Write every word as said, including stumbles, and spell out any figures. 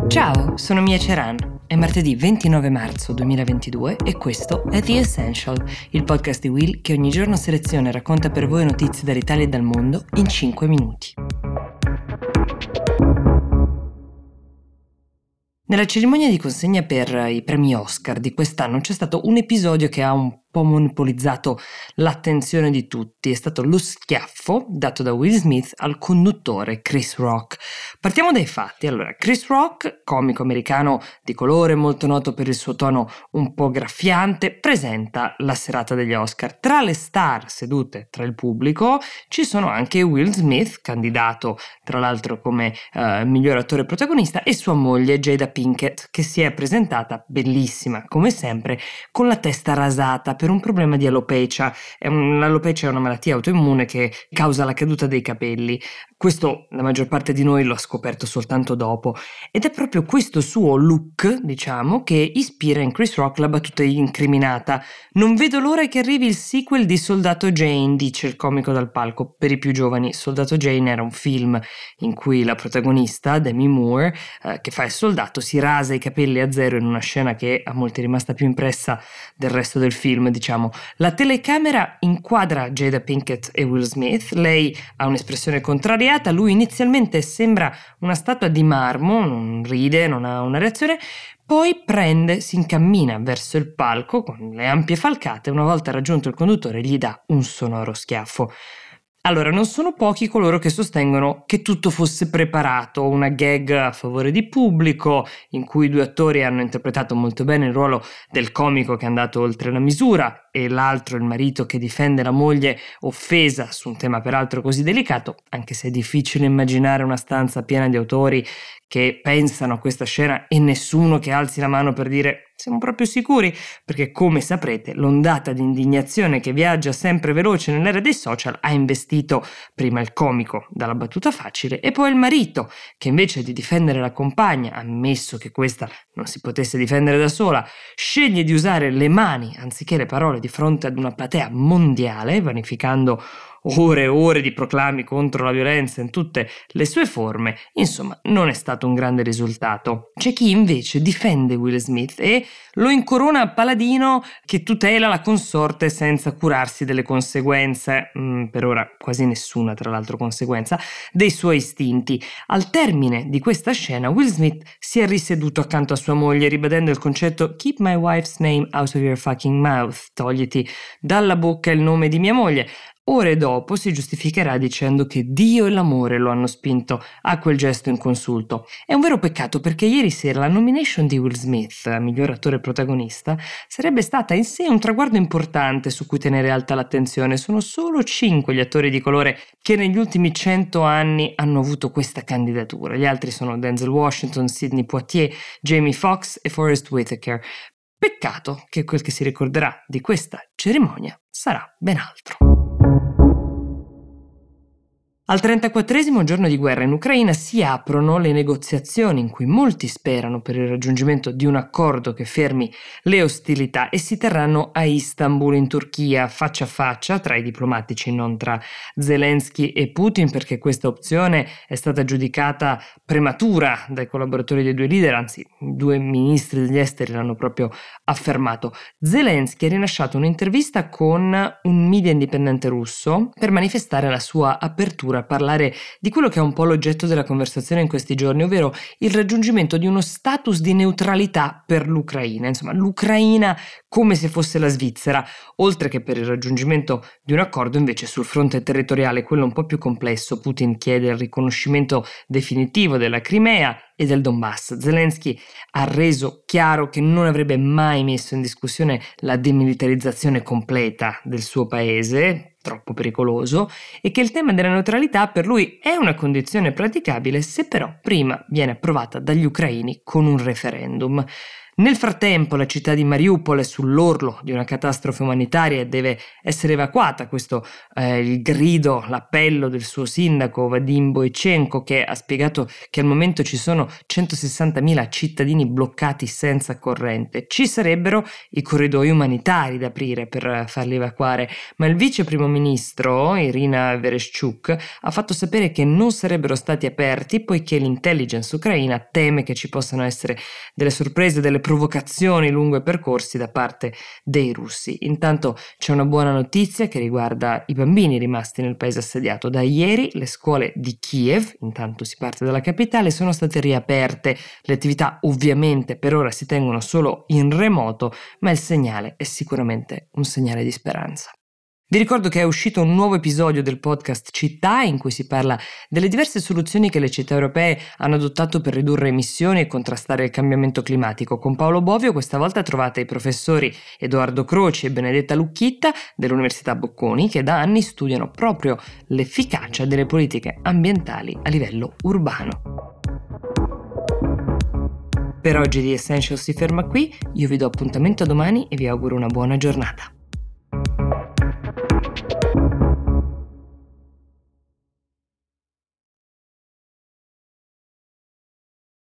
Ciao, sono Mia Ceran. È martedì ventinove marzo duemilaventidue e questo è The Essential, il podcast di Will che ogni giorno seleziona e racconta per voi notizie dall'Italia e dal mondo in cinque minuti. Nella cerimonia di consegna per i premi Oscar di quest'anno c'è stato un episodio che ha un po' monopolizzato l'attenzione di tutti. È stato lo schiaffo dato da Will Smith al conduttore Chris Rock. Partiamo dai fatti. Allora, Chris Rock, comico americano di colore molto noto per il suo tono un po' graffiante, presenta la serata degli Oscar. Tra le star sedute tra il pubblico ci sono anche Will Smith, candidato tra l'altro come uh, miglior attore protagonista, e sua moglie Jada Pinkett, che si è presentata bellissima come sempre con la testa rasata per un problema di alopecia. L'alopecia è una malattia autoimmune che causa la caduta dei capelli. Questo la maggior parte di noi lo ha scoperto soltanto dopo, ed è proprio questo suo look, diciamo, che ispira in Chris Rock la battuta incriminata: "Non vedo l'ora che arrivi il sequel di Soldato Jane", dice il comico dal palco. Per i più giovani, Soldato Jane era un film in cui la protagonista, Demi Moore, eh, che fa il soldato, si rasa i capelli a zero in una scena che a molti è rimasta più impressa del resto del film, diciamo. La telecamera inquadra Jada Pinkett e Will Smith. Lei ha un'espressione contrariata, lui inizialmente sembra una statua di marmo, non ride, non ha una reazione, poi prende, si incammina verso il palco con le ampie falcate. Una volta raggiunto il conduttore gli dà un sonoro schiaffo. Allora, non sono pochi coloro che sostengono che tutto fosse preparato, una gag a favore di pubblico, in cui i due attori hanno interpretato molto bene il ruolo del comico che è andato oltre la misura e l'altro, il marito, che difende la moglie offesa su un tema peraltro così delicato, anche se è difficile immaginare una stanza piena di autori che pensano a questa scena e nessuno che alzi la mano per dire siamo proprio sicuri, perché come saprete l'ondata di indignazione che viaggia sempre veloce nell'era dei social ha investito prima il comico dalla battuta facile e poi il marito, che invece di difendere la compagna, ammesso che questa non si potesse difendere da sola, sceglie di usare le mani anziché le parole di fronte ad una platea mondiale, vanificando ore e ore di proclami contro la violenza in tutte le sue forme. Insomma, non è stato un grande risultato. C'è chi invece difende Will Smith e lo incorona paladino che tutela la consorte senza curarsi delle conseguenze, mm, per ora quasi nessuna tra l'altro conseguenza, dei suoi istinti. Al termine di questa scena Will Smith si è riseduto accanto a sua moglie ribadendo il concetto "Keep my wife's name out of your fucking mouth", togliti dalla bocca il nome di mia moglie. Ore dopo si giustificherà dicendo che Dio e l'amore lo hanno spinto a quel gesto inconsulto. È un vero peccato, perché ieri sera la nomination di Will Smith, miglior attore protagonista, sarebbe stata in sé un traguardo importante su cui tenere alta l'attenzione. Sono solo cinque gli attori di colore che negli ultimi cento anni hanno avuto questa candidatura. Gli altri sono Denzel Washington, Sidney Poitier, Jamie Foxx e Forest Whitaker. Peccato che quel che si ricorderà di questa cerimonia sarà ben altro. Al trentaquattresimo giorno di guerra in Ucraina si aprono le negoziazioni in cui molti sperano per il raggiungimento di un accordo che fermi le ostilità, e si terranno a Istanbul in Turchia, faccia a faccia tra i diplomatici, non tra Zelensky e Putin, perché questa opzione è stata giudicata prematura dai collaboratori dei due leader, anzi i due ministri degli esteri l'hanno proprio affermato. Zelensky ha rilasciato un'intervista con un media indipendente russo per manifestare la sua apertura a parlare di quello che è un po' l'oggetto della conversazione in questi giorni, ovvero il raggiungimento di uno status di neutralità per l'Ucraina, insomma l'Ucraina come se fosse la Svizzera, oltre che per il raggiungimento di un accordo invece sul fronte territoriale, quello un po' più complesso. Putin chiede il riconoscimento definitivo della Crimea e del Donbass. Zelensky ha reso chiaro che non avrebbe mai messo in discussione la demilitarizzazione completa del suo paese, troppo pericoloso, e che il tema della neutralità per lui è una condizione praticabile se però prima viene approvata dagli ucraini con un referendum. Nel frattempo la città di Mariupol è sull'orlo di una catastrofe umanitaria e deve essere evacuata. Questo è eh, il grido, l'appello del suo sindaco Vadim Boichenko, che ha spiegato che al momento ci sono centosessantamila cittadini bloccati senza corrente. Ci sarebbero i corridoi umanitari da aprire per farli evacuare, ma il vice primo ministro Irina Vereshchuk ha fatto sapere che non sarebbero stati aperti poiché l'intelligence ucraina teme che ci possano essere delle sorprese, delle provocazioni lungo i percorsi da parte dei russi. Intanto c'è una buona notizia che riguarda i bambini rimasti nel paese assediato. Da ieri le scuole di Kiev, intanto si parte dalla capitale, sono state riaperte. Le attività ovviamente per ora si tengono solo in remoto, ma il segnale è sicuramente un segnale di speranza. Vi ricordo che è uscito un nuovo episodio del podcast Città in cui si parla delle diverse soluzioni che le città europee hanno adottato per ridurre emissioni e contrastare il cambiamento climatico. Con Paolo Bovio questa volta trovate i professori Edoardo Croci e Benedetta Lucchitta dell'Università Bocconi che da anni studiano proprio l'efficacia delle politiche ambientali a livello urbano. Per oggi The Essential si ferma qui, io vi do appuntamento domani e vi auguro una buona giornata.